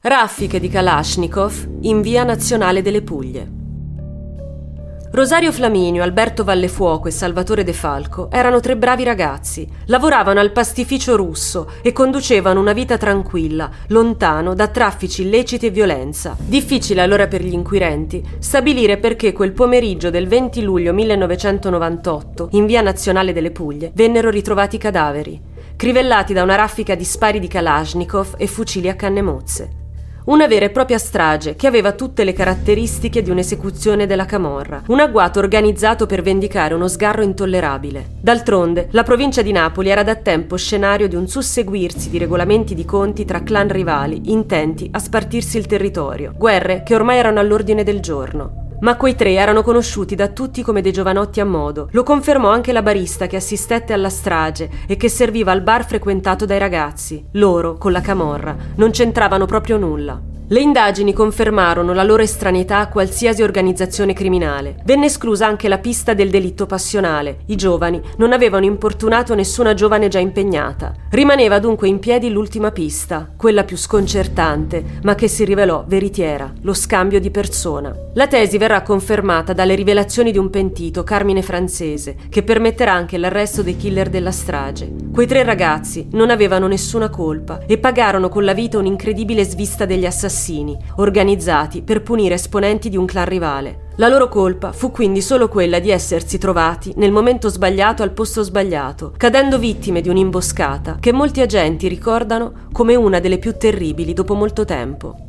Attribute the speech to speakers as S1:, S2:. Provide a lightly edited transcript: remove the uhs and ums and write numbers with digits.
S1: Raffiche di Kalashnikov in via Nazionale delle Puglie. Rosario Flaminio, Alberto Vallefuoco e Salvatore De Falco erano 3 bravi ragazzi. Lavoravano al pastificio russo e conducevano una vita tranquilla, lontano da traffici illeciti e violenza. Difficile allora per gli inquirenti stabilire perché quel pomeriggio del 20 luglio 1998, in via Nazionale delle Puglie, vennero ritrovati cadaveri, crivellati da una raffica di spari di Kalashnikov e fucili a canne mozze. Una vera e propria strage che aveva tutte le caratteristiche di un'esecuzione della camorra, un agguato organizzato per vendicare uno sgarro intollerabile. D'altronde, la provincia di Napoli era da tempo scenario di un susseguirsi di regolamenti di conti tra clan rivali intenti a spartirsi il territorio, guerre che ormai erano all'ordine del giorno. Ma quei 3 erano conosciuti da tutti come dei giovanotti a modo. Lo confermò anche la barista che assistette alla strage e che serviva al bar frequentato dai ragazzi. Loro, con la camorra, non c'entravano proprio nulla. Le indagini confermarono la loro estraneità a qualsiasi organizzazione criminale. Venne esclusa anche la pista del delitto passionale. I giovani non avevano importunato nessuna giovane già impegnata. Rimaneva dunque in piedi l'ultima pista, quella più sconcertante, ma che si rivelò veritiera, lo scambio di persona. La tesi verrà confermata dalle rivelazioni di un pentito, Carmine Francese, che permetterà anche l'arresto dei killer della strage. Quei 3 ragazzi non avevano nessuna colpa e pagarono con la vita un'incredibile svista degli assassini, organizzati per punire esponenti di un clan rivale. La loro colpa fu quindi solo quella di essersi trovati nel momento sbagliato al posto sbagliato, cadendo vittime di un'imboscata che molti agenti ricordano come una delle più terribili dopo molto tempo.